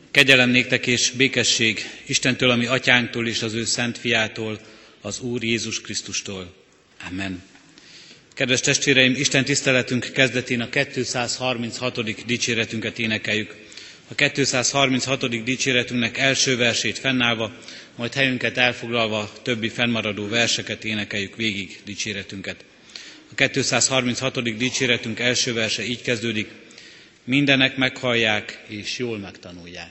Kegyelem néktek és békesség Istentől, a mi atyánktól és az ő szent fiától, az Úr Jézus Krisztustól. Amen. Kedves testvéreim, Isten tiszteletünk kezdetén a 236. dicséretünket énekeljük. A 236. dicséretünknek első versét fennállva, majd helyünket elfoglalva többi fennmaradó verseket énekeljük végig dicséretünket. A 236. dicséretünk első verse így kezdődik: mindenek meghallják és jól megtanulják.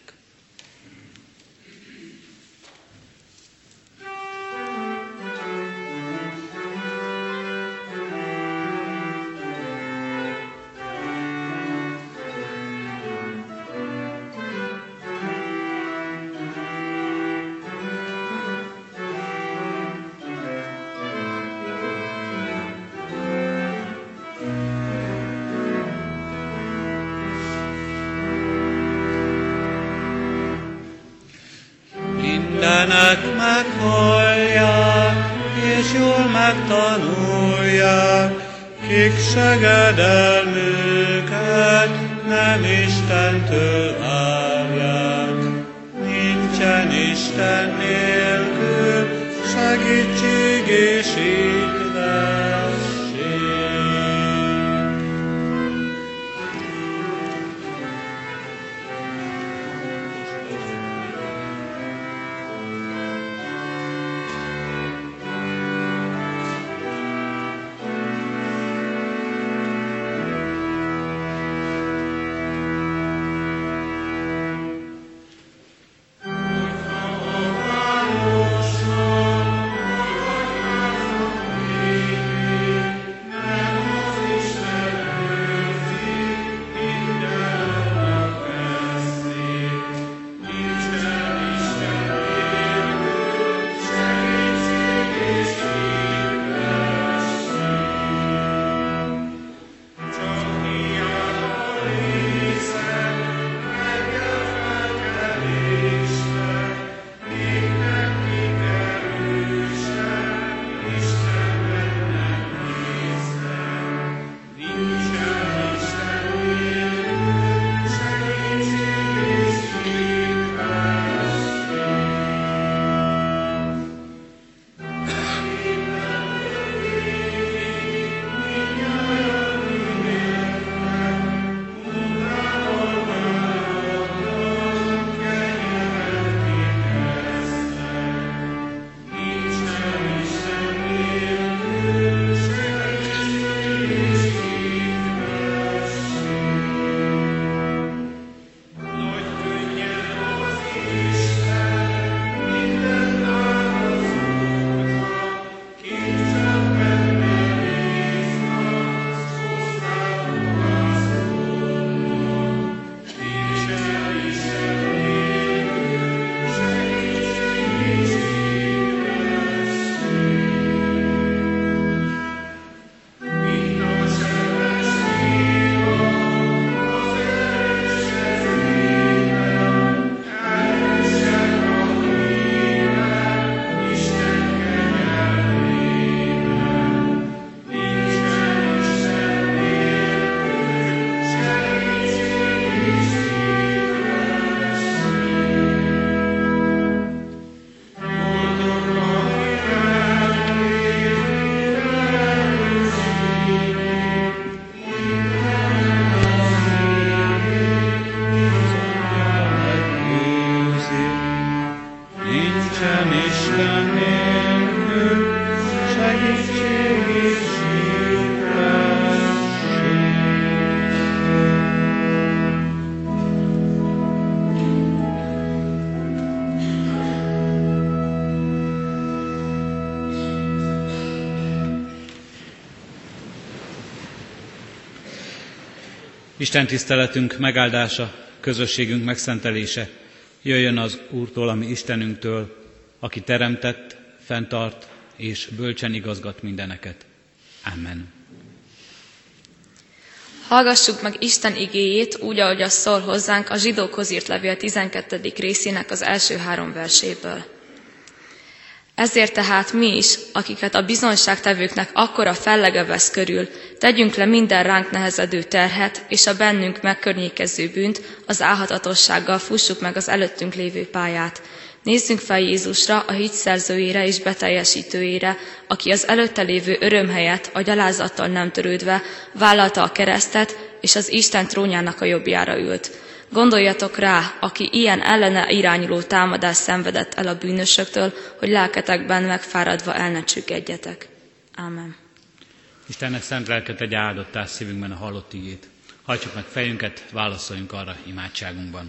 Mindenek meghallják, és jól megtanulják, kik segedelmüket nem Istentől várják. Nincsen Isten nélkül segítség és hitvesség. Isten tiszteletünk megáldása, közösségünk megszentelése jöjjön az Úrtól, a mi Istenünktől, aki teremtett, fenntart és bölcsen igazgat mindeneket. Amen. Hallgassuk meg Isten igéjét úgy, ahogy az szól hozzánk a Zsidókhoz írt levél 12. részének az első 3 verséből. Ezért tehát mi is, akiket a bizonyságtevőknek akkora fellege vesz körül, tegyünk le minden ránk nehezedő terhet, és a bennünk megkörnyékező bűnt, az álhatatossággal fussuk meg az előttünk lévő pályát. Nézzünk fel Jézusra, a hit szerzőjére és beteljesítőjére, aki az előtte lévő öröm helyett a gyalázattal nem törődve vállalta a keresztet, és az Isten trónjának a jobbjára ült. Gondoljatok rá, aki ilyen ellene irányuló támadást szenvedett el a bűnösöktől, hogy lelketekben megfáradva el ne csüggedjetek. Ámen. Istennek szent lelke tegye áldottá szívünkben a hallott igét. Hajtsuk meg fejünket, válaszoljunk arra imádságunkban.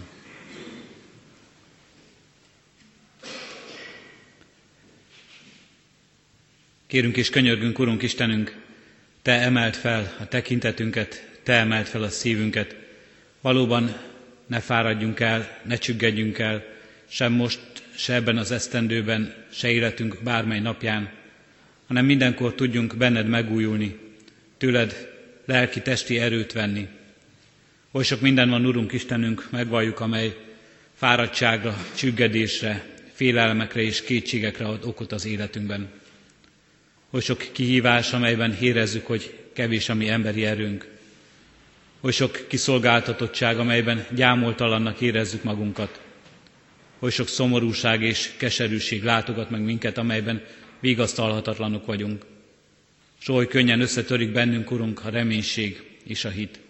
Kérünk és könyörgünk, Urunk Istenünk, Te emeld fel a tekintetünket, Te emeld fel a szívünket. Valóban ne fáradjunk el, ne csüggedjünk el, sem most, se ebben az esztendőben, se életünk bármely napján, hanem mindenkor tudjunk benned megújulni, tőled lelki-testi erőt venni. Oly sok minden van, Urunk Istenünk, megvalljuk, amely fáradtságra, csüggedésre, félelmekre és kétségekre ad okot az életünkben. Oly sok kihívás, amelyben érezzük, hogy kevés a mi emberi erőnk. Oly sok kiszolgáltatottság, amelyben gyámoltalannak érezzük magunkat. Oly sok szomorúság és keserűség látogat meg minket, amelyben vigasztalhatatlanok vagyunk. S oly könnyen összetörik bennünk, Urunk, a reménység és a hit.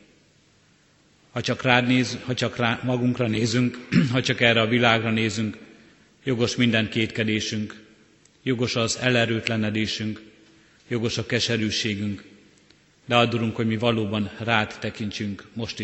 Ha csak magunkra nézünk, ha csak erre a világra nézünk, jogos minden kétkedésünk, jogos az elerőtlenedésünk, jogos a keserűségünk, de add, Urunk, hogy mi valóban rád tekintsünk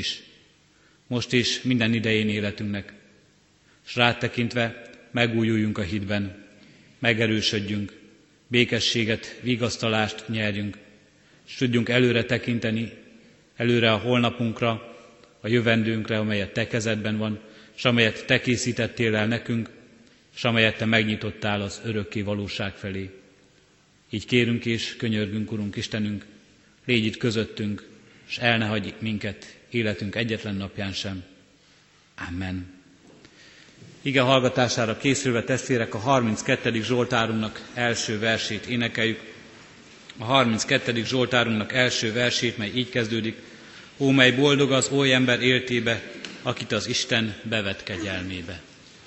most is minden idején életünknek, és rád tekintve megújuljunk a hitben, megerősödjünk, békességet, vigasztalást nyerjünk, és tudjunk előre tekinteni, előre a holnapunkra, a jövendőnkre, amelyet Te kezedben van, és amelyet Te készítettél el nekünk, és amelyet Te megnyitottál az örökké valóság felé. Így kérünk és könyörgünk, Urunk Istenünk, légy itt közöttünk, és el ne hagyj minket életünk egyetlen napján sem. Amen. Ige hallgatására készülve, testvérek, a 32. Zsoltárunknak első versét énekeljük. A 32. Zsoltárunknak első versét, mely így kezdődik: Ó, mely boldog az oly ember éltébe, akit az Isten bevet kegyelmébe.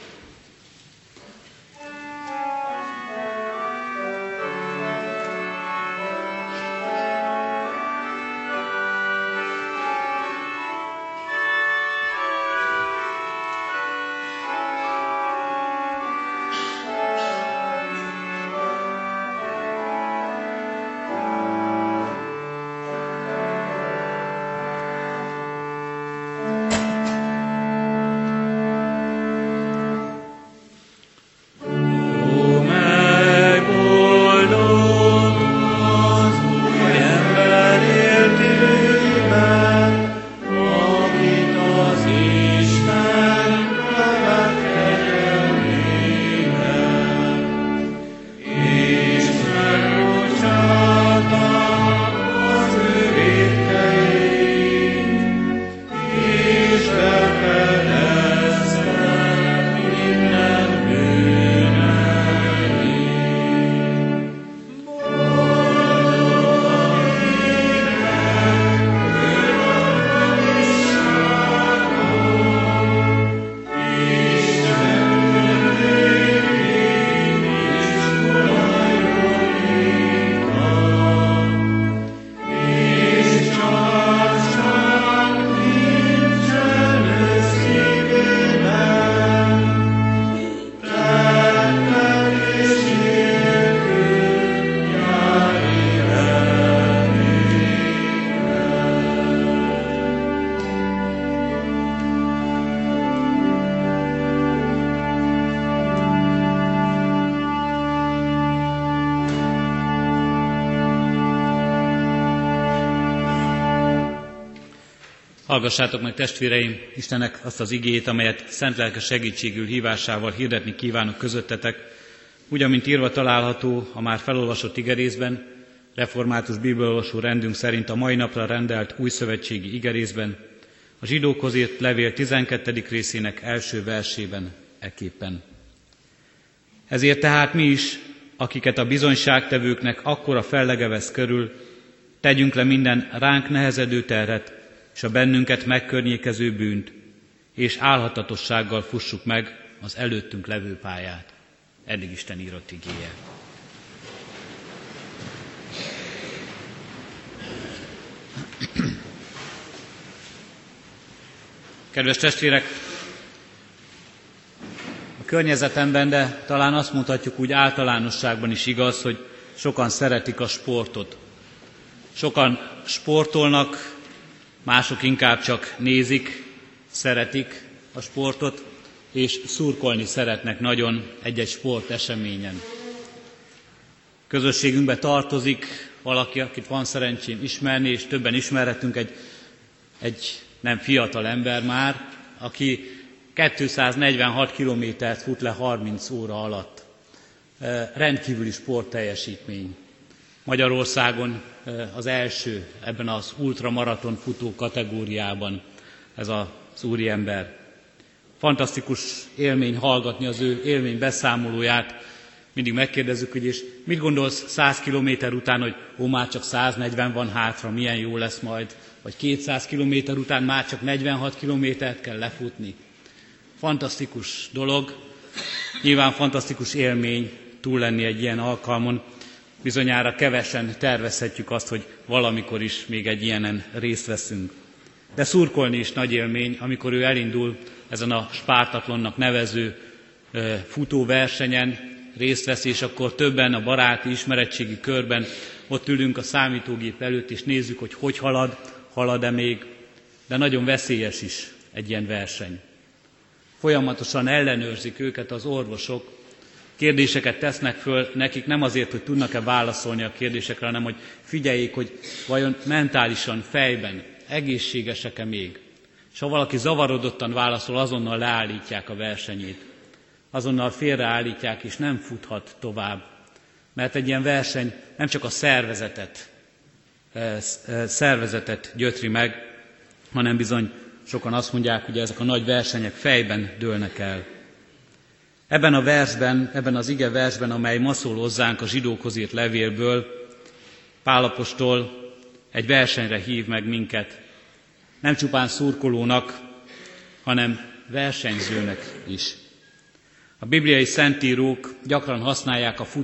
Hallgassátok meg, testvéreim, Istennek azt az igéjét, amelyet szent lelke segítségül hívásával hirdetni kívánok közöttetek, úgy, amint írva található a már felolvasott igerészben, református bibelolvasó rendünk szerint a mai napra rendelt újszövetségi igerészben, a zsidókhoz írt levél 12. részének első versében ekképpen. Ezért tehát mi is, akiket a bizonyságtevőknek akkora fellege vesz körül, tegyünk le minden ránk nehezedő terhet, és a bennünket megkörnyékező bűnt, és álhatatossággal fussuk meg az előttünk levő pályát. Eddig Isten írott igéje. Kedves testvérek, a környezetemben, de talán azt mondhatjuk úgy általánosságban is igaz, hogy sokan szeretik a sportot. Sokan sportolnak, mások inkább csak nézik, szeretik a sportot, és szurkolni szeretnek nagyon egy-egy sporteseményen. Közösségünkbe tartozik valaki, akit van szerencsém ismerni, és többen ismerhetünk egy nem fiatal ember már, aki 246 kilométert fut le 30 óra alatt. Rendkívüli sportteljesítmény. Magyarországon az első ebben az ultramaraton futó kategóriában ez az úriember. Fantasztikus élmény hallgatni az ő élmény beszámolóját. Mindig megkérdezzük, hogy és mit gondolsz 100 kilométer után, hogy már csak 140 van hátra, milyen jó lesz majd, vagy 200 kilométer után már csak 46 kilométert kell lefutni. Fantasztikus dolog, nyilván fantasztikus élmény túl lenni egy ilyen alkalmon. Bizonyára kevesen tervezhetjük azt, hogy valamikor is még egy ilyenen részt veszünk. De szurkolni is nagy élmény, amikor ő elindul ezen a Spártatlonnak nevező futóversenyen, részt vesz, és akkor többen a baráti, ismeretségi körben ott ülünk a számítógép előtt, és nézzük, hogy halad-e még, de nagyon veszélyes is egy ilyen verseny. Folyamatosan ellenőrzik őket az orvosok, kérdéseket tesznek föl nekik, nem azért, hogy tudnak-e válaszolni a kérdésekre, hanem hogy figyeljék, hogy vajon mentálisan, fejben egészségesek-e még. És ha valaki zavarodottan válaszol, azonnal leállítják a versenyét. Azonnal félreállítják, és nem futhat tovább. Mert egy ilyen verseny nem csak a szervezetet gyötri meg, hanem bizony sokan azt mondják, hogy ezek a nagy versenyek fejben dőlnek el. Ebben az ige versben, amely ma szól hozzánk a zsidókhoz írt levélből, Pál apostol egy versenyre hív meg minket. Nem csupán szurkolónak, hanem versenyzőnek is. A bibliai szentírók gyakran használják a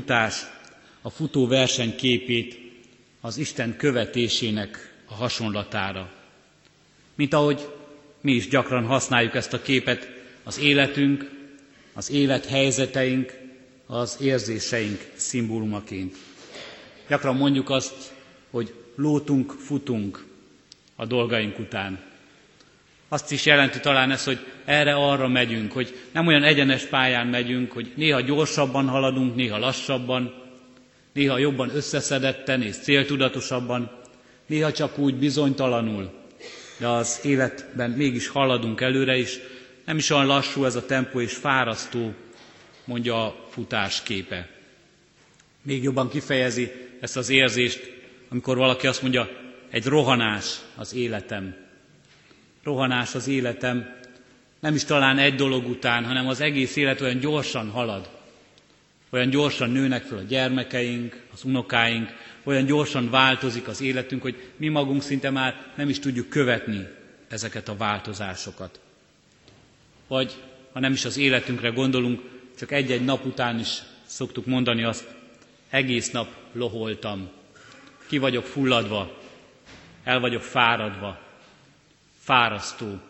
futóverseny képét az Isten követésének a hasonlatára. Mint ahogy mi is gyakran használjuk ezt a képet az életünk, az élethelyzeteink, az érzéseink szimbólumaként. Gyakran mondjuk azt, hogy lótunk, futunk a dolgaink után. Azt is jelenti talán ez, hogy erre-arra megyünk, hogy nem olyan egyenes pályán megyünk, hogy néha gyorsabban haladunk, néha lassabban, néha jobban összeszedetten és céltudatosabban, néha csak úgy bizonytalanul, de az életben mégis haladunk előre is. Nem is olyan lassú ez a tempó és fárasztó, mondja a futás képe. Még jobban kifejezi ezt az érzést, amikor valaki azt mondja, egy rohanás az életem. Rohanás az életem, nem is talán egy dolog után, hanem az egész élet olyan gyorsan halad. Olyan gyorsan nőnek fel a gyermekeink, az unokáink, olyan gyorsan változik az életünk, hogy mi magunk szinte már nem is tudjuk követni ezeket a változásokat. Vagy, ha nem is az életünkre gondolunk, csak egy-egy nap után is szoktuk mondani azt, egész nap loholtam, ki vagyok fulladva, el vagyok fáradva, fárasztó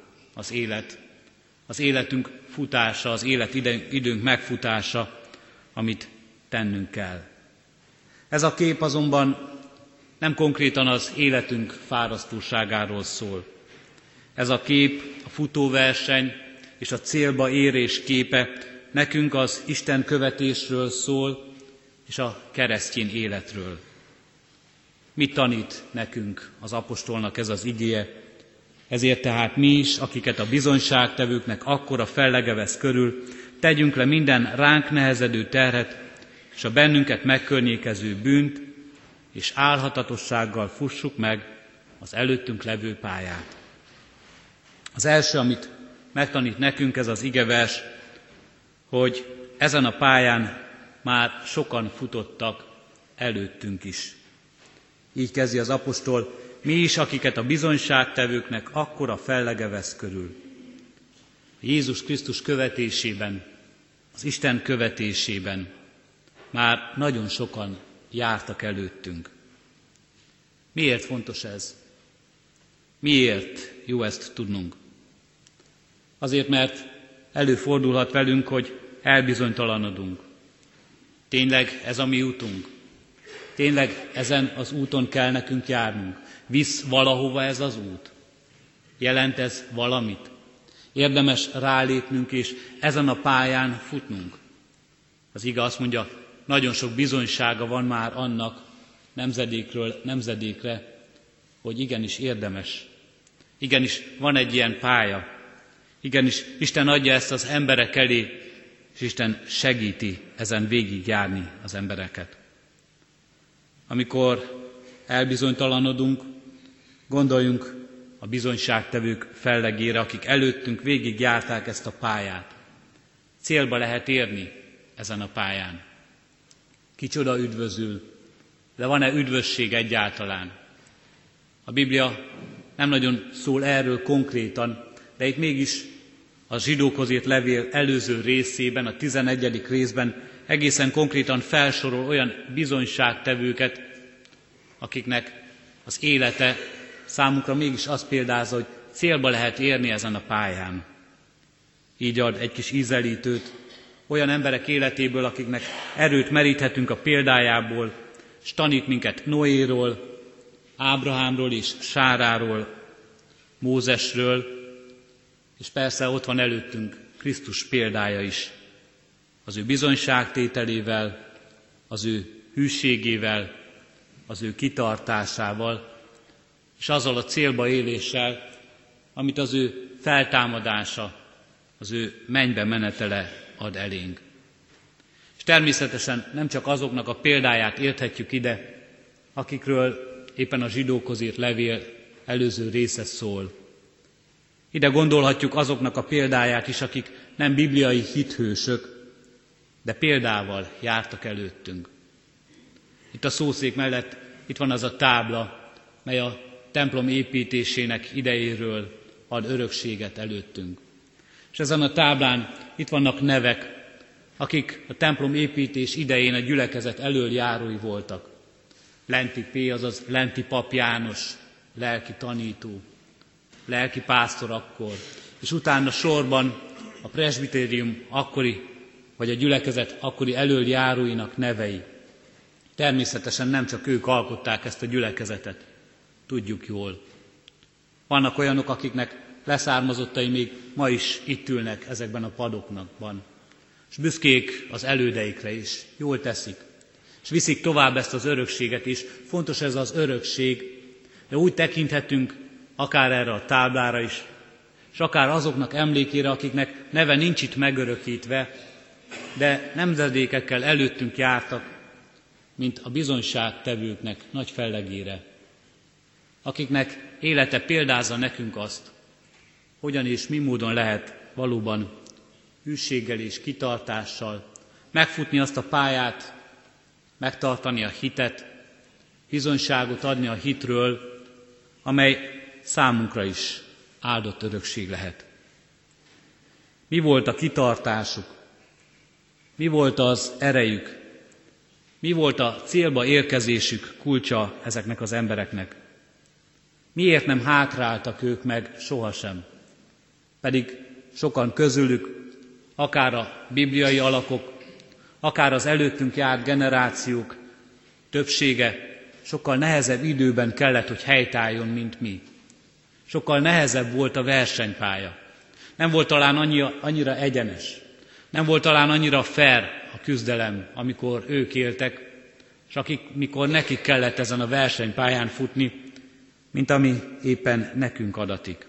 az életünk futása, az életidőnk megfutása, amit tennünk kell. Ez a kép azonban nem konkrétan az életünk fárasztóságáról szól. Ez a kép, a futóverseny és a célba érés képe nekünk az Isten követésről szól, és a keresztény életről. Mit tanít nekünk az apostolnak ez az igéje? Ezért tehát mi is, akiket a bizonyságtevőknek akkora fellege vesz körül, tegyünk le minden ránk nehezedő terhet, és a bennünket megkörnyékező bűnt, és álhatatossággal fussuk meg az előttünk levő pályát. Az első, amit megtanít nekünk ez az igevers, hogy ezen a pályán már sokan futottak előttünk is. Így kezdi az apostol, mi is, akiket a bizonyságtevőknek akkora fellege vesz körül. Jézus Krisztus követésében, az Isten követésében már nagyon sokan jártak előttünk. Miért fontos ez? Miért jó ezt tudnunk? Azért, mert előfordulhat velünk, hogy elbizonytalanodunk. Tényleg ez a mi útunk? Tényleg ezen az úton kell nekünk járnunk? Visz valahova ez az út? Jelent ez valamit? Érdemes rálépnünk és ezen a pályán futnunk? Az ige azt mondja, nagyon sok bizonysága van már annak nemzedékről nemzedékre, hogy igenis érdemes. Igenis van egy ilyen pálya. Igenis Isten adja ezt az emberek elé, és Isten segíti ezen végigjárni az embereket. Amikor elbizonytalanodunk, gondoljunk a bizonyságtevők fellegére, akik előttünk végigjárták ezt a pályát. Célba lehet érni ezen a pályán. Kicsoda üdvözül, de van-e üdvösség egyáltalán? A Biblia nem nagyon szól erről konkrétan, de itt mégis a zsidókhoz írt levél előző részében, a 11. részben egészen konkrétan felsorol olyan bizonyságtevőket, akiknek az élete számukra mégis azt példázza, hogy célba lehet érni ezen a pályán. Így ad egy kis ízelítőt olyan emberek életéből, akiknek erőt meríthetünk a példájából, és tanít minket Noéról, Ábrahámról és Sáráról, Mózesről, és persze ott van előttünk Krisztus példája is. Az ő bizonyságtételével, az ő hűségével, az ő kitartásával, és azzal a célba éléssel, amit az ő feltámadása, az ő mennybe menetele ad elénk. És természetesen nem csak azoknak a példáját érthetjük ide, akikről éppen a zsidókhoz írt levél előző része szól. Ide gondolhatjuk azoknak a példáját is, akik nem bibliai hithősök, de példával jártak előttünk. Itt a szószék mellett itt van az a tábla, mely a templom építésének idejéről ad örökséget előttünk. És ezen a táblán itt vannak nevek, akik a templom építés idején a gyülekezet elöljárói voltak. Lenti P., azaz Lenti Pap János, lelki tanító, lelki pásztor akkor, és utána sorban a presbitérium akkori, vagy a gyülekezet akkori elöljáróinak nevei. Természetesen nem csak ők alkották ezt a gyülekezetet, tudjuk jól. Vannak olyanok, akiknek leszármazottai még ma is itt ülnek ezekben a padoknakban, és büszkék az elődeikre is, jól teszik, és viszik tovább ezt az örökséget is. Fontos ez az örökség, de úgy tekinthetünk akár erre a táblára is, és akár azoknak emlékére, akiknek neve nincs itt megörökítve, de nemzedékekkel előttünk jártak, mint a bizonyságtevőknek nagy fellegére, akiknek élete példázza nekünk azt, hogyan és mi módon lehet valóban hűséggel és kitartással megfutni azt a pályát, megtartani a hitet, bizonyságot adni a hitről, amely számunkra is áldott örökség lehet. Mi volt a kitartásuk? Mi volt az erejük? Mi volt a célba érkezésük kulcsa ezeknek az embereknek? Miért nem hátráltak ők meg sohasem? Pedig sokan közülük, akár a bibliai alakok, akár az előttünk járt generációk többsége sokkal nehezebb időben kellett, hogy helytálljon, mint mi. Sokkal nehezebb volt a versenypálya. Nem volt talán annyira egyenes. Nem volt talán annyira fair a küzdelem, amikor ők éltek, és mikor nekik kellett ezen a versenypályán futni, mint ami éppen nekünk adatik.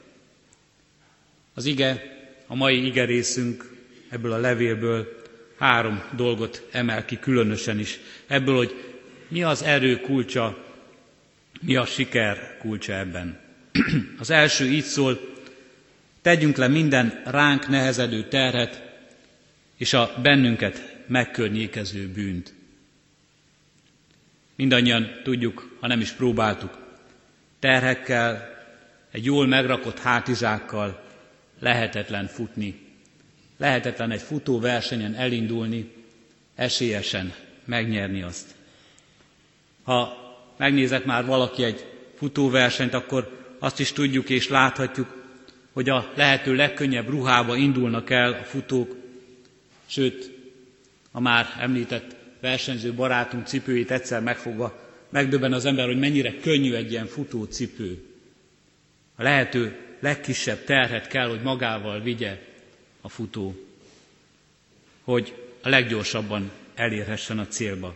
Az ige, a mai igerészünk ebből a levélből 3 dolgot emel ki különösen is. Ebből, hogy mi az erő kulcsa, mi a siker kulcsa ebben. Az első így szól, tegyünk le minden ránk nehezedő terhet, és a bennünket megkörnyékező bűnt. Mindannyian tudjuk, ha nem is próbáltuk, terhekkel, egy jól megrakott hátizsákkal lehetetlen futni, lehetetlen egy futóversenyen elindulni, esélyesen megnyerni azt. Ha megnézett már valaki egy futóversenyt, akkor azt is tudjuk és láthatjuk, hogy a lehető legkönnyebb ruhába indulnak el a futók, sőt, a már említett versenyző barátunk cipőjét egyszer megfogva, megdöbben az ember, hogy mennyire könnyű egy ilyen futócipő. A lehető legkisebb terhet kell, hogy magával vigye a futó, hogy a leggyorsabban elérhessen a célba.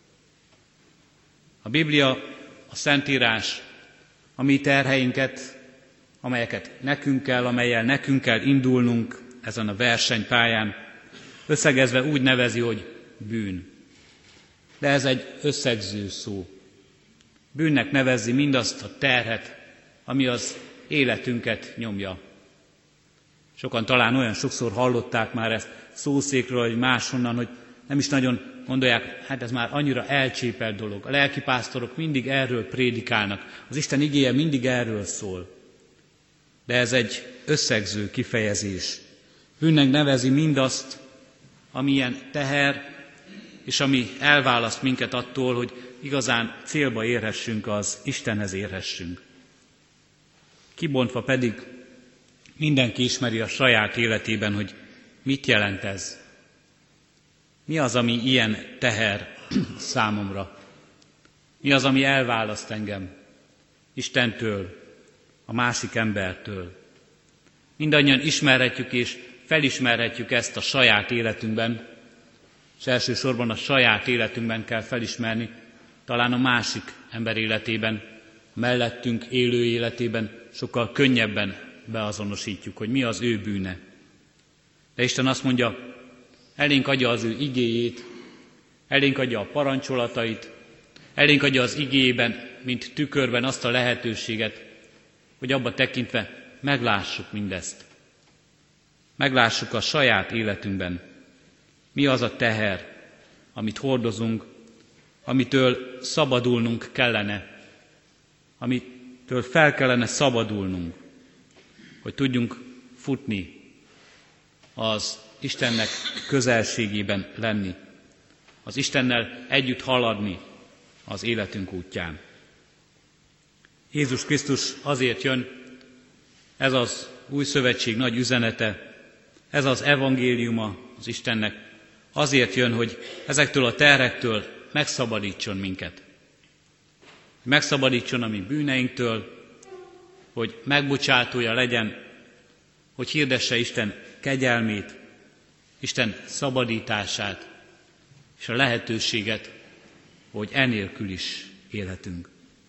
A Biblia, a Szentírás, a mi terheinket, amelyeket nekünk kell, amellyel nekünk kell indulnunk ezen a versenypályán, összegezve úgy nevezi, hogy bűn. De ez egy összegző szó. Bűnnek nevezi mindazt a terhet, ami az életünket nyomja. Sokan talán olyan sokszor hallották már ezt szószékről, vagy máshonnan, hogy nem is nagyon gondolják, hát ez már annyira elcsépelt dolog. A lelkipásztorok mindig erről prédikálnak, az Isten igéje mindig erről szól. De ez egy összegző kifejezés. Bűnnek nevezi mindazt, ami ilyen teher, és ami elválaszt minket attól, hogy igazán célba érhessünk, az Istenhez érhessünk. Kibontva pedig mindenki ismeri a saját életében, hogy mit jelent ez. Mi az, ami ilyen teher számomra? Mi az, ami elválaszt engem Istentől, a másik embertől? Mindannyian ismerhetjük és felismerhetjük ezt a saját életünkben, és elsősorban a saját életünkben kell felismerni, talán a másik ember életében, a mellettünk élő életében sokkal könnyebben beazonosítjuk, hogy mi az ő bűne. De Isten azt mondja, elénk adja az ő igéjét, elénk adja a parancsolatait, elénk adja az igéjében, mint tükörben azt a lehetőséget, hogy abba tekintve meglássuk mindezt. Meglássuk a saját életünkben, mi az a teher, amit hordozunk, amitől szabadulnunk kellene, amitől fel kellene szabadulnunk, hogy tudjunk futni, az Istennek közelségében lenni, az Istennel együtt haladni az életünk útján. Jézus Krisztus azért jön, ez az új szövetség nagy üzenete, ez az evangéliuma az Istennek, azért jön, hogy ezektől a terhektől megszabadítson minket. Megszabadítson a mi bűneinktől, hogy megbocsátója legyen, hogy hirdesse Isten kegyelmét, Isten szabadítását, és a lehetőséget, hogy enélkül is élhetünk.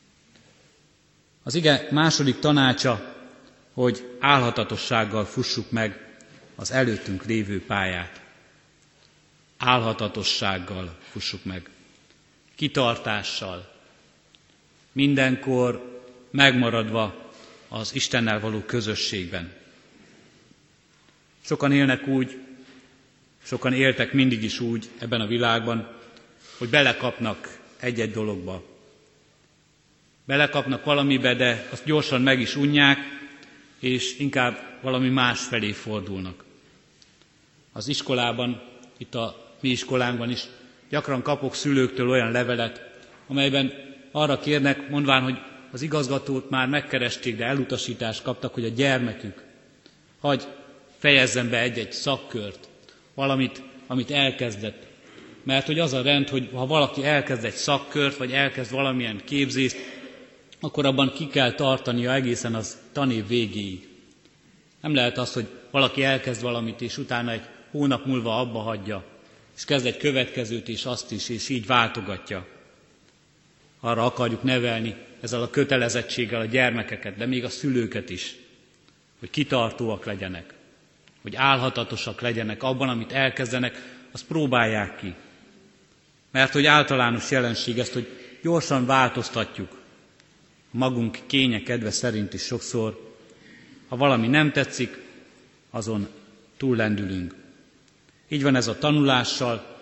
Az ige második tanácsa, hogy álhatatossággal fussuk meg az előttünk lévő pályát. Álhatatossággal fussuk meg. Kitartással. Mindenkor megmaradva az Istennel való közösségben. Sokan élnek úgy, sokan éltek mindig is úgy ebben a világban, hogy belekapnak egy-egy dologba. Belekapnak valamibe, de azt gyorsan meg is unják, és inkább valami más felé fordulnak. Az iskolában, itt a mi iskolánkban is gyakran kapok szülőktől olyan levelet, amelyben arra kérnek, mondván, hogy az igazgatót már megkeresték, de elutasítást kaptak, hogy a gyermekük hagy fejezzen be egy-egy szakkört, valamit, amit elkezdett. Mert hogy az a rend, hogy ha valaki elkezd egy szakkört, vagy elkezd valamilyen képzést, akkor abban ki kell tartania egészen az tanév végéig. Nem lehet az, hogy valaki elkezd valamit, és utána egy hónap múlva abba hagyja, és kezd egy következőt, és azt is, és így váltogatja. Arra akarjuk nevelni ezzel a kötelezettséggel a gyermekeket, de még a szülőket is, hogy kitartóak legyenek, hogy álhatatosak legyenek abban, amit elkezdenek, azt próbálják ki. Mert hogy általános jelenség ezt, hogy gyorsan változtatjuk, magunk kénye kedve szerint is sokszor, ha valami nem tetszik, azon túllendülünk. Így van ez a tanulással,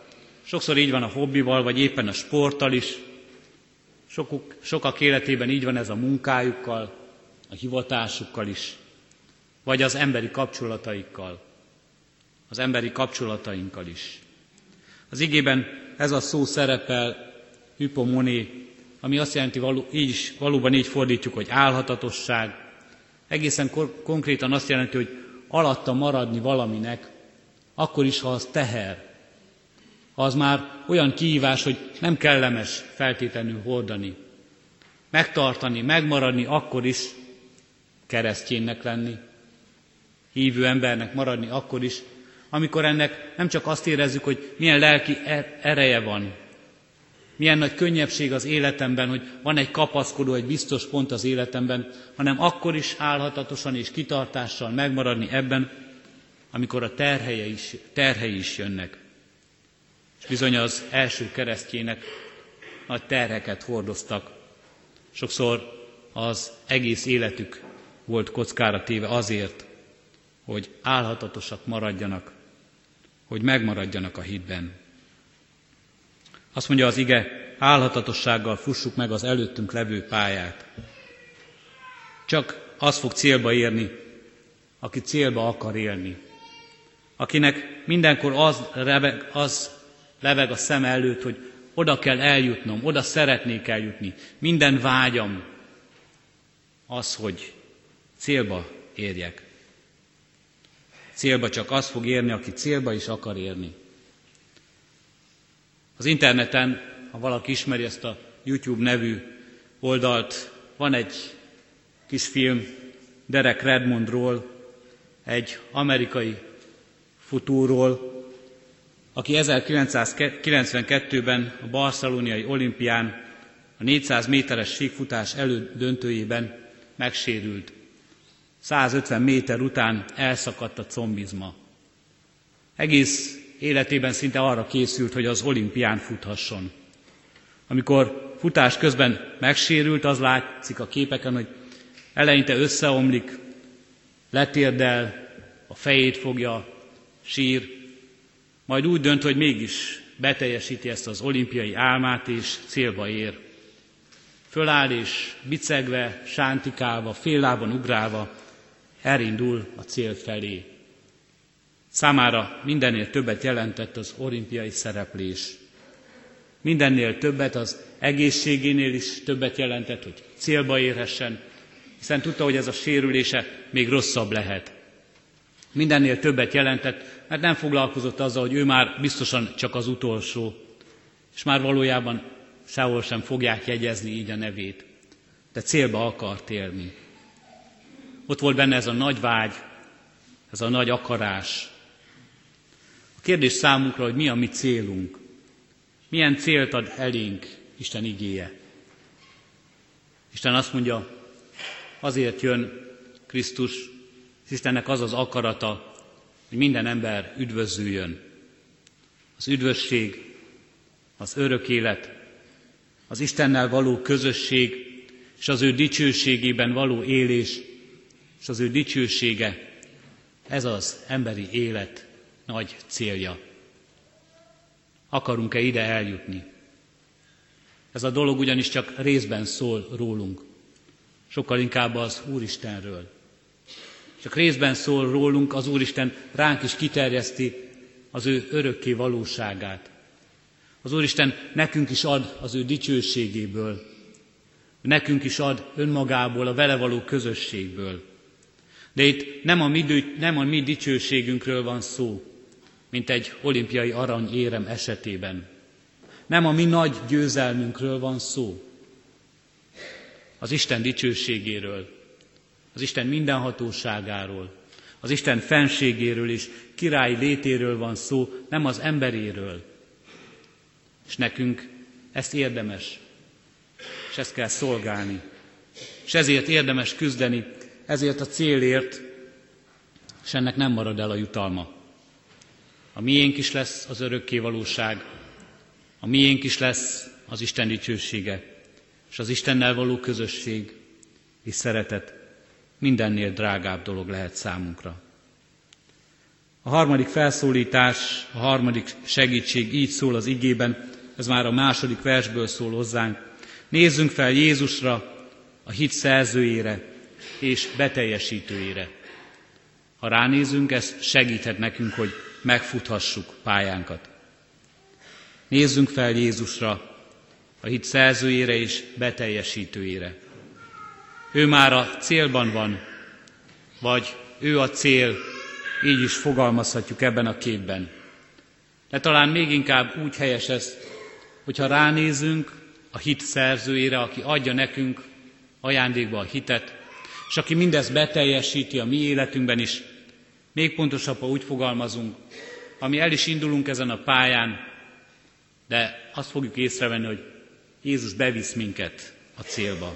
Sokszor így van a hobbival, vagy éppen a sporttal is. Sokak életében így van ez a munkájukkal, a hivatásukkal is, vagy az emberi kapcsolataikkal, az emberi kapcsolatainkkal is. Az igében ez a szó szerepel, hypomoné, ami azt jelenti, valóban így fordítjuk, hogy álhatatosság. Egészen konkrétan azt jelenti, hogy alatta maradni valaminek, akkor is, ha az teher. Ha az már olyan kihívás, hogy nem kellemes feltétlenül hordani. Megtartani, megmaradni akkor is, keresztjénnek lenni, hívő embernek maradni akkor is, amikor ennek nem csak azt érezzük, hogy milyen lelki ereje van, milyen nagy könnyebbség az életemben, hogy van egy kapaszkodó, egy biztos pont az életemben, hanem akkor is álhatatosan és kitartással megmaradni ebben, amikor a terhei is jönnek. És bizony az első keresztjének nagy terheket hordoztak. Sokszor az egész életük volt kockára téve azért, hogy álhatatosak maradjanak, hogy megmaradjanak a hitben. Azt mondja az ige, álhatatossággal fussuk meg az előttünk levő pályát. Csak az fog célba érni, aki célba akar élni. Akinek mindenkor az leveg a szem előtt, hogy oda kell eljutnom, oda szeretnék eljutni. Minden vágyam az, hogy célba érjek. Célba csak az fog érni, aki célba is akar érni. Az interneten, ha valaki ismeri ezt a YouTube nevű oldalt, van egy kis film Derek Redmondról, egy amerikai futóról, aki 1992-ben a barcelonai olimpián a 400 méteres síkfutás elődöntőjében megsérült. 150 méter után elszakadt a combizma. Egész életében szinte arra készült, hogy az olimpián futhasson. Amikor futás közben megsérült, az látszik a képeken, hogy eleinte összeomlik, letérdel, a fejét fogja, sír, majd úgy dönt, hogy mégis beteljesíti ezt az olimpiai álmát, és célba ér. Föláll és bicegve, sántikálva, féllábon ugrálva elindul a cél felé. Számára mindennél többet jelentett az olimpiai szereplés. Mindennél többet, az egészségénél is többet jelentett, hogy célba érhessen, hiszen tudta, hogy ez a sérülése még rosszabb lehet. Mindennél többet jelentett, mert nem foglalkozott azzal, hogy ő már biztosan csak az utolsó, és már valójában sehol sem fogják jegyezni így a nevét, de célba akart érni. Ott volt benne ez a nagy vágy, ez a nagy akarás. A kérdés számunkra, hogy mi a mi célunk, milyen célt ad elénk Isten igéje. Isten azt mondja, azért jön Krisztus, és Istennek az az akarata, hogy minden ember üdvözüljön. Az üdvösség, az örök élet, az Istennel való közösség, és az ő dicsőségében való élés, és az ő dicsősége, ez az emberi élet nagy célja. Akarunk-e ide eljutni? Ez a dolog ugyanis csak részben szól rólunk, sokkal inkább az Úristenről. Csak részben szól rólunk, az Úristen ránk is kiterjeszti az ő örökké valóságát. Az Úristen nekünk is ad az ő dicsőségéből, nekünk is ad önmagából, a vele való közösségből. De itt nem a mi dicsőségünkről van szó, mint egy olimpiai aranyérem esetében. Nem a mi nagy győzelmünkről van szó. Az Isten dicsőségéről, az Isten mindenhatóságáról, az Isten fenségéről és királyi létéről van szó, nem az emberéről. És nekünk ezt érdemes, és ezt kell szolgálni. És ezért érdemes küzdeni, ezért a célért, és ennek nem marad el a jutalma. A miénk is lesz az örökkévalóság, a miénk is lesz az Isten dicsősége, és az Istennel való közösség és szeretet mindennél drágább dolog lehet számunkra. A harmadik felszólítás, a harmadik segítség így szól az igében, ez már a második versből szól hozzánk. Nézzünk fel Jézusra, a hit szerzőjére és beteljesítőjére. Ha ránézünk, ez segíthet nekünk, hogy megfuthassuk pályánkat. Nézzünk fel Jézusra, a hit szerzőjére és beteljesítőjére. Ő már a célban van, vagy ő a cél, így is fogalmazhatjuk ebben a képben. De talán még inkább úgy helyes ez, hogyha ránézünk a hit szerzőjére, aki adja nekünk ajándékba a hitet, és aki mindezt beteljesíti a mi életünkben is, még pontosabb, ha úgy fogalmazunk, ami el is indulunk ezen a pályán, de azt fogjuk észrevenni, hogy Jézus bevisz minket a célba.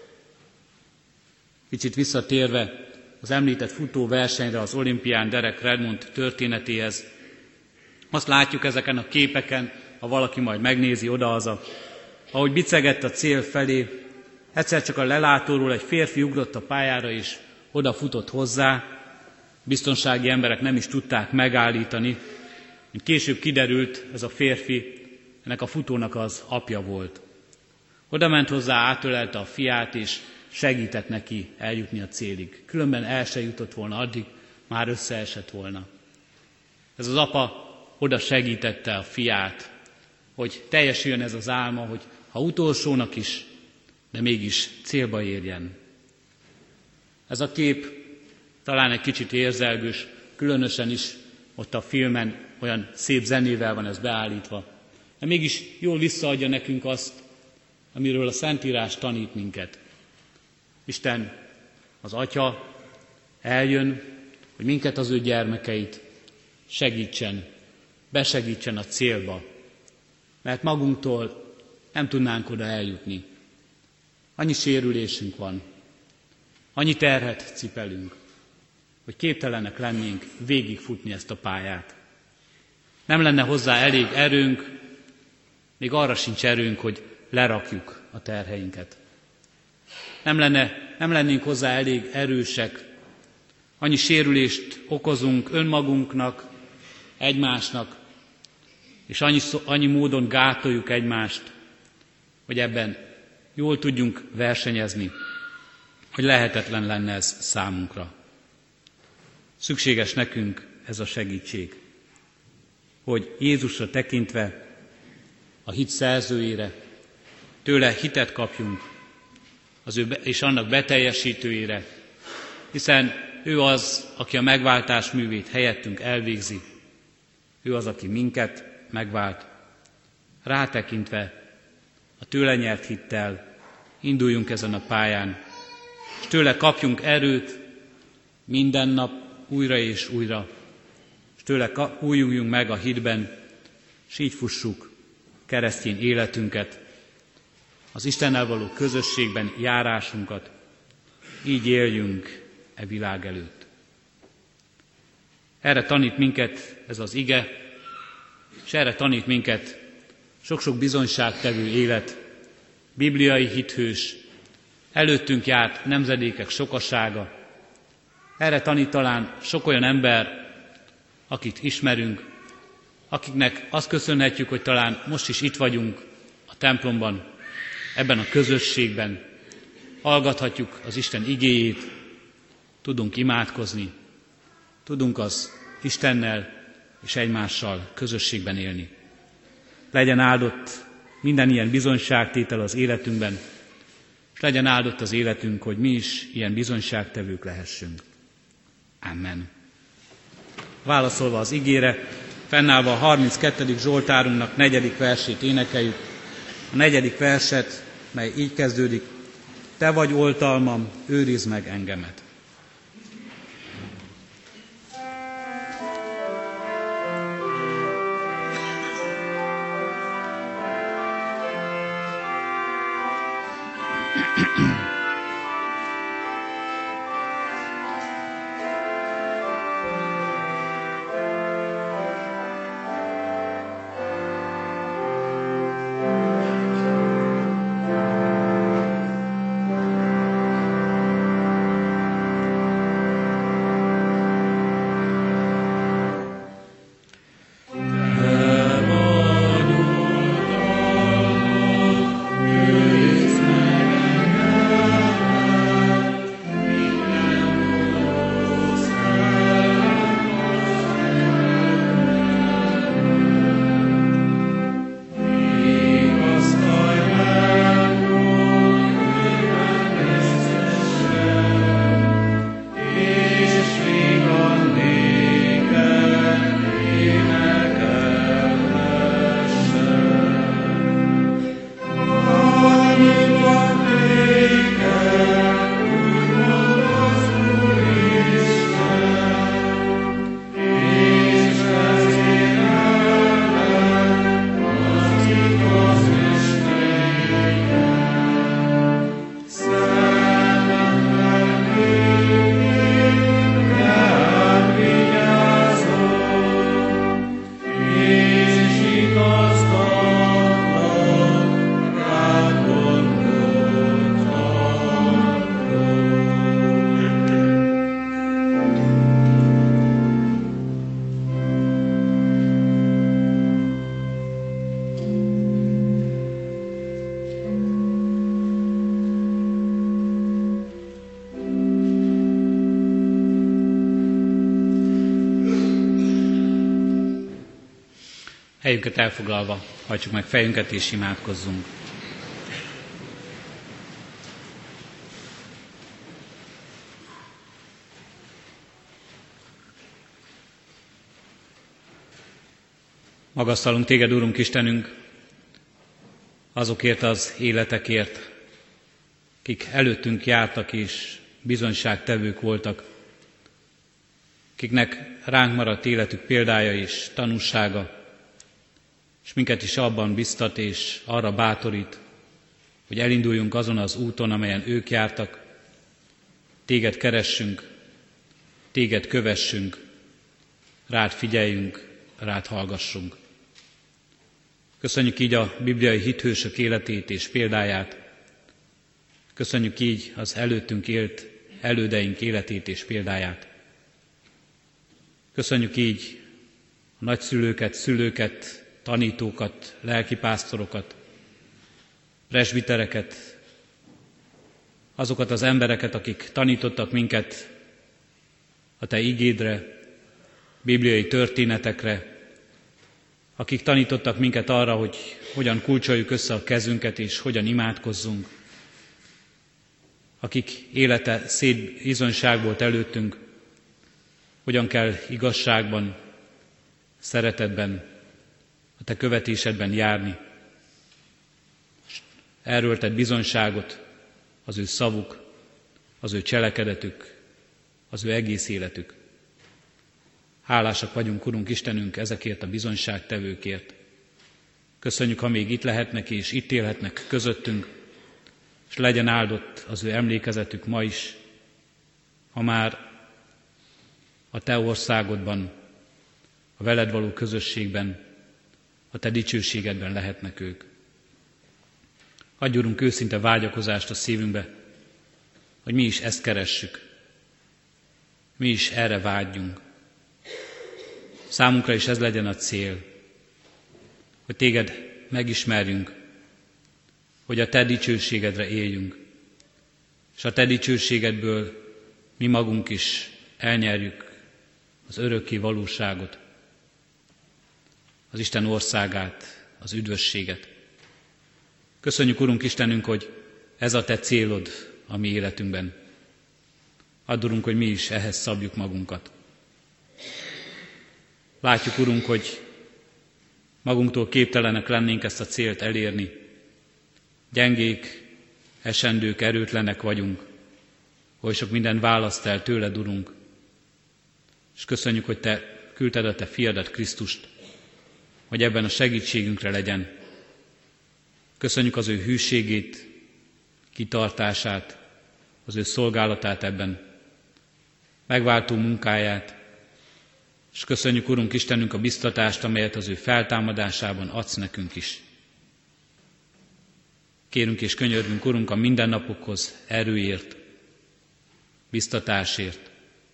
Kicsit visszatérve az említett futóversenyre, az olimpián Derek Redmond történetéhez, azt látjuk ezeken a képeken, ha valaki majd megnézi odahaza, ahogy bicegett a cél felé, egyszer csak a lelátóról egy férfi ugrott a pályára, és odafutott hozzá. Biztonsági emberek nem is tudták megállítani. Mint később kiderült, ez a férfi, ennek a futónak az apja volt. Oda ment hozzá, átölelte a fiát, és segített neki eljutni a célig. Különben el se jutott volna addig, már összeesett volna. Ez az apa oda segítette a fiát, hogy teljesüljön ez az álma, hogy ha utolsónak is, de mégis célba érjen. Ez a kép talán egy kicsit érzelgős, különösen is ott a filmen olyan szép zenével van ez beállítva, de mégis jól visszaadja nekünk azt, amiről a Szentírás tanít minket. Isten, az Atya eljön, hogy minket, az ő gyermekeit segítsen, besegítsen a célba, mert magunktól nem tudnánk oda eljutni. Annyi sérülésünk van, annyi terhet cipelünk, hogy képtelenek lennénk végigfutni ezt a pályát. Nem lenne hozzá elég erőnk, még arra sincs erőnk, hogy lerakjuk a terheinket. Nem lennénk hozzá elég erősek, annyi sérülést okozunk önmagunknak, egymásnak, és annyi módon gátoljuk egymást, hogy ebben jól tudjunk versenyezni, hogy lehetetlen lenne ez számunkra. Szükséges nekünk ez a segítség, hogy Jézusra tekintve, a hit szerzőjére, tőle hitet kapjunk, és annak beteljesítőjére, hiszen ő az, aki a megváltás művét helyettünk elvégzi, ő az, aki minket megvált. Rátekintve, a tőle nyert hittel induljunk ezen a pályán, és tőle kapjunk erőt minden nap újra és újra, és tőle újuljunk meg a hitben, és így fussuk keresztény életünket, az Istennel való közösségben járásunkat, így éljünk e világ előtt. Erre tanít minket ez az ige, és erre tanít minket sok-sok bizonyságtevő élet, bibliai hithős, előttünk járt nemzedékek sokasága. Erre tanít talán sok olyan ember, akit ismerünk, akiknek azt köszönhetjük, hogy talán most is itt vagyunk a templomban, ebben a közösségben, hallgathatjuk az Isten igéjét, tudunk imádkozni, tudunk az Istennel és egymással közösségben élni. Legyen áldott minden ilyen bizonyságtétel az életünkben, és legyen áldott az életünk, hogy mi is ilyen bizonyságtevők lehessünk. Amen. Válaszolva az igére, fennállva a 32. Zsoltárunknak 4. versét énekeljük. A 4. verset, mely így kezdődik: Te vagy oltalmam, őrizd meg engemet. Helyünket elfoglalva, hajtsuk meg fejünket és imádkozzunk. Magasztalunk téged, Úrunk Istenünk, azokért az életekért, akik előttünk jártak és bizonyságtevők voltak, akiknek ránk maradt életük példája és tanúsága, és minket is abban biztat és arra bátorít, hogy elinduljunk azon az úton, amelyen ők jártak, téged keressünk, téged kövessünk, rád figyeljünk, rád hallgassunk. Köszönjük így a bibliai hithősök életét és példáját, köszönjük így az előttünk élt elődeink életét és példáját. Köszönjük így a nagyszülőket, szülőket, tanítókat, lelkipásztorokat, presbitereket, azokat az embereket, akik tanítottak minket a te igédre, bibliai történetekre, akik tanítottak minket arra, hogy hogyan kulcsoljuk össze a kezünket és hogyan imádkozzunk, akik élete szép bizonyság volt előttünk, hogyan kell igazságban, szeretetben, a te követésedben járni. Erről tett bizonyságot az ő szavuk, az ő cselekedetük, az ő egész életük. Hálásak vagyunk, Urunk Istenünk, ezekért a bizonyságtevőkért. Köszönjük, ha még itt lehetnek és itt élhetnek közöttünk, és legyen áldott az ő emlékezetük ma is, ha már a te országodban, a veled való közösségben, a te dicsőségedben lehetnek ők. Adj, Urunk, őszinte vágyakozást a szívünkbe, hogy mi is ezt keressük, mi is erre vágyjunk. Számunkra is ez legyen a cél, hogy téged megismerjünk, hogy a te dicsőségedre éljünk, és a te dicsőségedből mi magunk is elnyerjük az örökké valóságot, az Isten országát, az üdvösséget. Köszönjük, Urunk Istenünk, hogy ez a te célod a mi életünkben. Add, Urunk, hogy mi is ehhez szabjuk magunkat. Látjuk, Urunk, hogy magunktól képtelenek lennénk ezt a célt elérni. Gyengék, esendők, erőtlenek vagyunk, oly sok minden választ el tőled, Urunk. És köszönjük, hogy te küldted a te fiadat, Krisztust, hogy ebben a segítségünkre legyen. Köszönjük az ő hűségét, kitartását, az ő szolgálatát ebben, megváltó munkáját, és köszönjük, Urunk Istenünk, a biztatást, amelyet az ő feltámadásában adsz nekünk is. Kérünk és könyörgünk, Urunk, a mindennapokhoz erőért, biztatásért.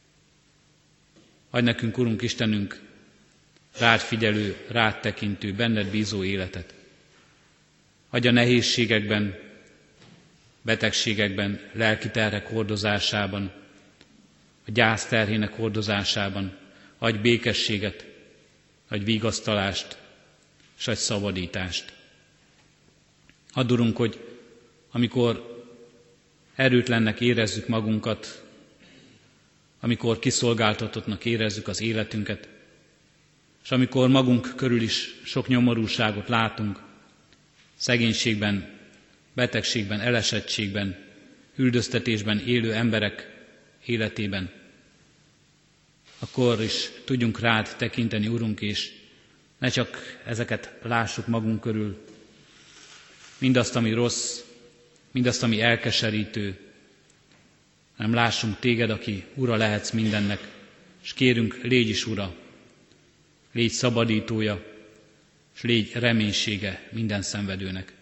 Adj nekünk, Urunk Istenünk, rád figyelő, rád tekintő, benned bízó életet. Adj a nehézségekben, betegségekben, lelki terhek hordozásában, a gyász terhének hordozásában, adj békességet, adj vigasztalást, és adj szabadítást. Add, Urunk, hogy amikor erőtlennek érezzük magunkat, amikor kiszolgáltatottnak érezzük az életünket, és amikor magunk körül is sok nyomorúságot látunk, szegénységben, betegségben, elesettségben, üldöztetésben élő emberek életében, akkor is tudjunk rád tekinteni, Urunk, és ne csak ezeket lássuk magunk körül, mindazt, ami rossz, mindazt, ami elkeserítő, hanem lássunk téged, aki Ura lehetsz mindennek, és kérünk, légy is Ura, légy szabadítója, és légy reménysége minden szenvedőnek.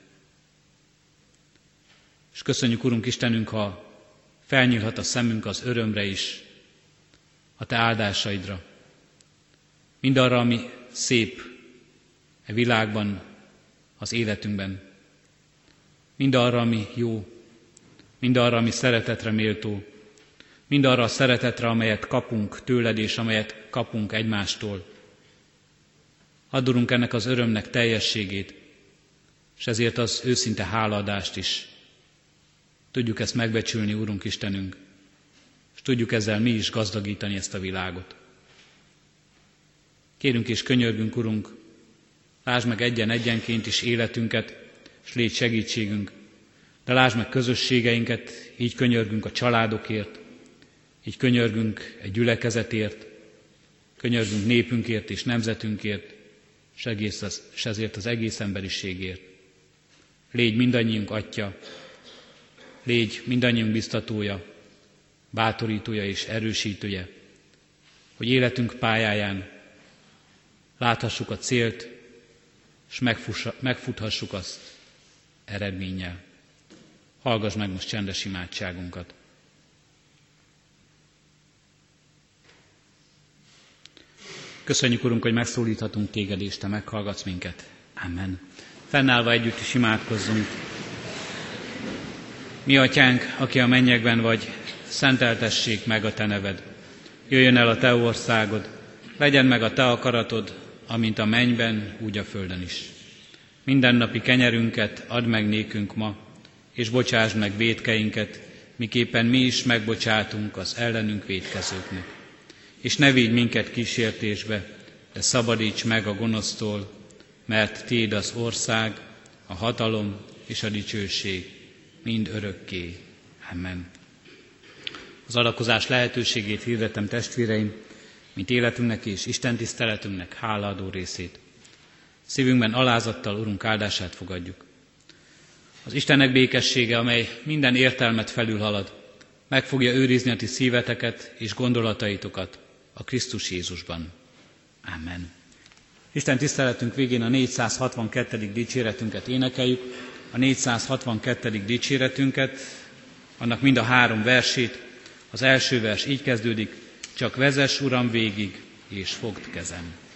És köszönjük, Urunk Istenünk, ha felnyílhat a szemünk az örömre is, a te áldásaidra, mindarra, ami szép e világban, az életünkben, mindarra, ami jó, mindarra, ami szeretetre méltó, mindarra a szeretetre, amelyet kapunk tőled, és amelyet kapunk egymástól. Add, Urunk, ennek az örömnek teljességét, és ezért az őszinte hálaadást is. Tudjuk ezt megbecsülni, Urunk Istenünk, és tudjuk ezzel mi is gazdagítani ezt a világot. Kérünk és könyörgünk, Urunk, lásd meg egyenként is életünket, és légy segítségünk, de lásd meg közösségeinket, így könyörgünk a családokért, így könyörgünk egy gyülekezetért, könyörgünk népünkért és nemzetünkért, és ezért az egész emberiségért. Légy mindannyiunk Atya, légy mindannyiunk biztatója, bátorítója és erősítője, hogy életünk pályáján láthassuk a célt, és megfuthassuk azt eredménnyel. Hallgass meg most csendes imádságunkat. Köszönjük, Urunk, hogy megszólíthatunk Téged, és Te meghallgatsz minket. Amen. Fennállva együtt is imádkozzunk. Mi Atyánk, aki a mennyekben vagy, szenteltessék meg a Te neved. Jöjjön el a Te országod, legyen meg a Te akaratod, amint a mennyben, úgy a földön is. Mindennapi kenyerünket add meg nékünk ma, és bocsásd meg vétkeinket, miképpen mi is megbocsátunk az ellenünk vétkezőknek. És ne vigy minket kísértésbe, de szabadíts meg a gonosztól, mert Tiéd az ország, a hatalom és a dicsőség mind örökké. Amen. Az adakozás lehetőségét hirdetem, testvéreim, mint életünknek és Isten tiszteletünknek hálaadó részét. Szívünkben alázattal Urunk áldását fogadjuk. Az Istennek békessége, amely minden értelmet felülhalad, meg fogja őrizni a ti szíveteket és gondolataitokat a Krisztus Jézusban. Amen. Isten tiszteletünk végén a 462. dicséretünket énekeljük, a 462. dicséretünket, annak mind a 3 versét. Az első vers így kezdődik: csak vezess, Uram, végig, és fogd kezem.